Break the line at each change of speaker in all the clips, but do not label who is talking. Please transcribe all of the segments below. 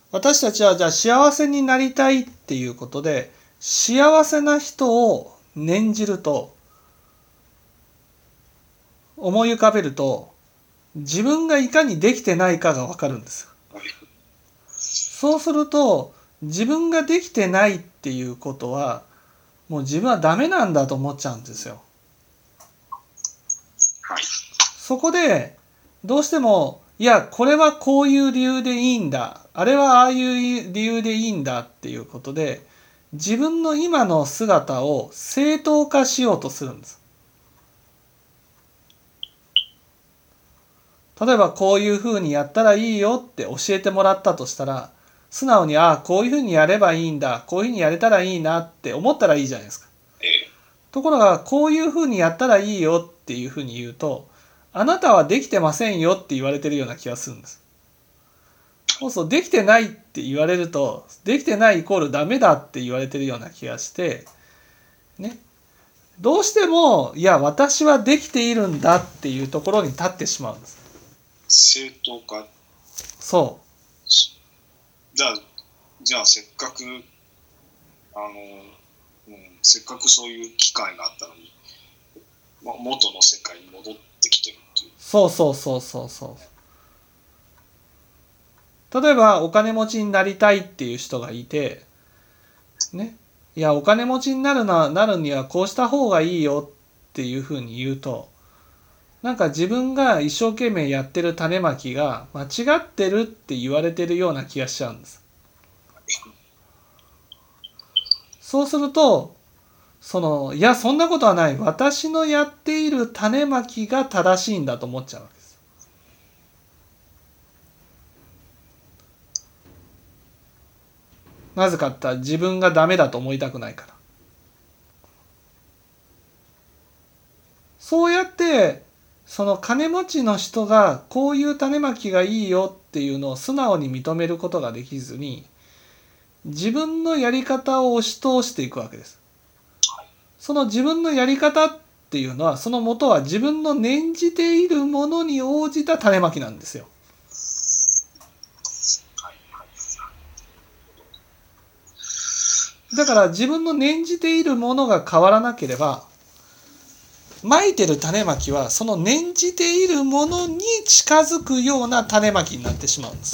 私たちはじゃあ幸せになりたいっていうことで、幸せな人を念じると、思い浮かべると、自分がいかにできてないかがわかるんです。そうすると、自分ができてないっていうことは、もう自分はダメなんだと思っちゃうんですよ。そこで、どうしても、いや、これはこういう理由でいいんだ。あれはああいう理由でいいんだっていうことで、自分の今の姿を正当化しようとするんです。例えばこういうふうにやったらいいよって教えてもらったとしたら、素直にこういうふうにやればいいんだ、こういうふうにやれたらいいなって思ったらいいじゃないですか。ところがこういうふうにやったらいいよっていうふうに言うと、あなたはできてませんよって言われてるような気がするんです。そうそう、できてないって言われると、できてないイコールダメだって言われてるような気がしてね、どうしてもいや私はできているんだっていうところに立ってしまうんです。
正当化。
そう。
じゃあせっかくせっかくそういう機会があったのに、元の世界に戻ってきてるっていう。
そうそうそうそうそう。例えばお金持ちになりたいっていう人がいて、ね、いやお金持ちになるにはこうした方がいいよっていうふうに言うと、なんか自分が一生懸命やってる種まきが間違ってるって言われてるような気がしちゃうんです。そうすると、いやそんなことはない、私のやっている種まきが正しいんだと思っちゃうわけです。なぜかって言ったら自分がダメだと思いたくないから。そうやってその金持ちの人がこういう種まきがいいよっていうのを素直に認めることができずに、自分のやり方を押し通していくわけです。その自分のやり方っていうのは、その元は自分の念じているものに応じた種まきなんですよ。だから自分の念じているものが変わらなければ、まいてる種まきはその念じているものに近づくような種まきになってしまうんです。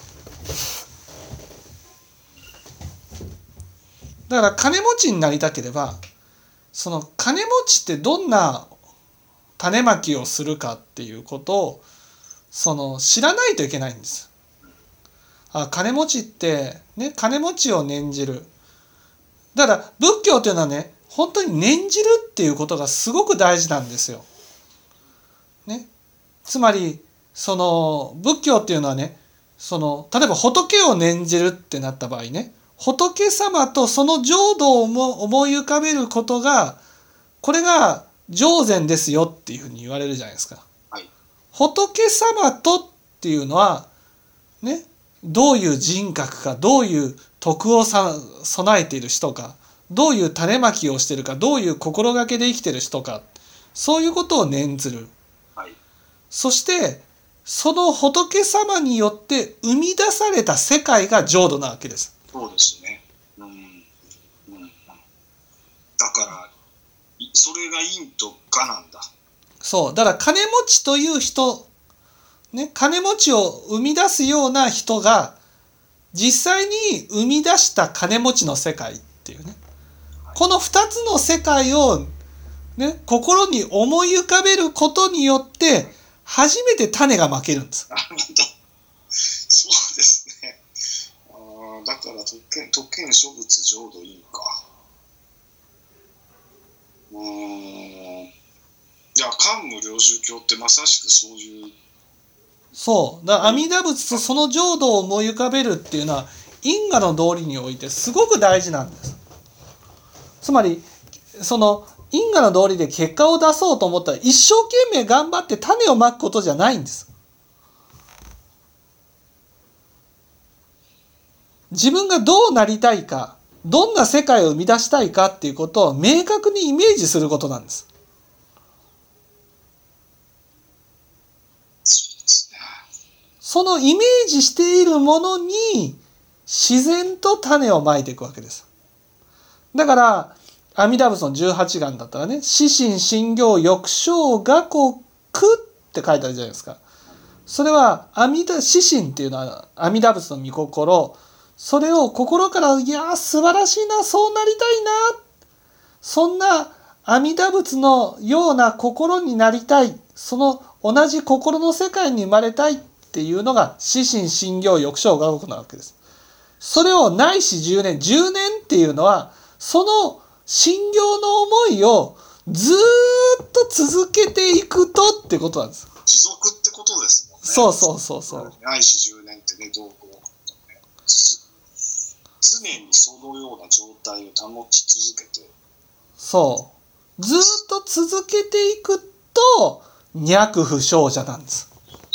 だから金持ちになりたければ、その金持ちってどんな種まきをするかっていうことを知らないといけないんです。金持ちってね、金持ちを念じる。だから仏教というのはね、本当に念じるっていうことがすごく大事なんですよ。ね、つまり仏教っていうのはね、例えば仏を念じるってなった場合ね、仏様とその浄土を思い浮かべることが、これが上善ですよっていうふうに言われるじゃないですか。
はい、
仏様とっていうのはね、どういう人格か、どういう徳を備えている人か、どういう種まきをしているか、どういう心がけで生きている人か、そういうことを念ずる。
はい、
そしてその仏様によって生み出された世界が浄土なわけです。
そうですね。だからそれが陰と我なんだ。
そう。だから金持ちという人、ね、金持ちを生み出すような人が実際に生み出した金持ちの世界っていうね、この2つの世界を、ね、心に思い浮かべることによって初めて種がまけるんです。
そうですね。だから特権諸仏浄土いいか。いや桓武領主教ってまさしくそういう。
そうだから阿弥陀仏とその浄土を思い浮かべるっていうのは因果の道理においてすごく大事なんです。つまり因果の道理で結果を出そうと思ったら一生懸命頑張って種をまくことじゃないんです。自分がどうなりたいか、どんな世界を生み出したいかっていうことを明確にイメージすることなんです。そのイメージしているものに自然と種をまいていくわけです。だから阿弥陀仏の18願だったらね、四神真行欲生我国って書いてあるじゃないですか。それは四神っていうのは阿弥陀仏の御心、それを心から、いや素晴らしいな、そうなりたいな、そんな阿弥陀仏のような心になりたい、その同じ心の世界に生まれたいっていうのが四神真行欲生我国なわけです。それをないし10年っていうのは、その信行の思いをずっと続けていくとってことなんです。
持続ってことですもんね。
そう。
ないし10年ってね、どうこう、ね、常にそのような状態を保ち続けて。
そう。ずっと続けていくと、脈不生者なんです。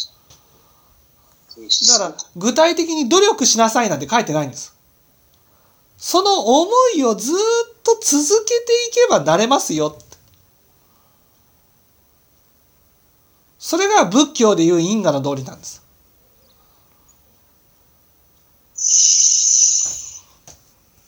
だから、具体的に努力しなさいなんて書いてないんです。その思いをずっと続けていけばなれますよ。それが仏教でいう因果の道理なんです。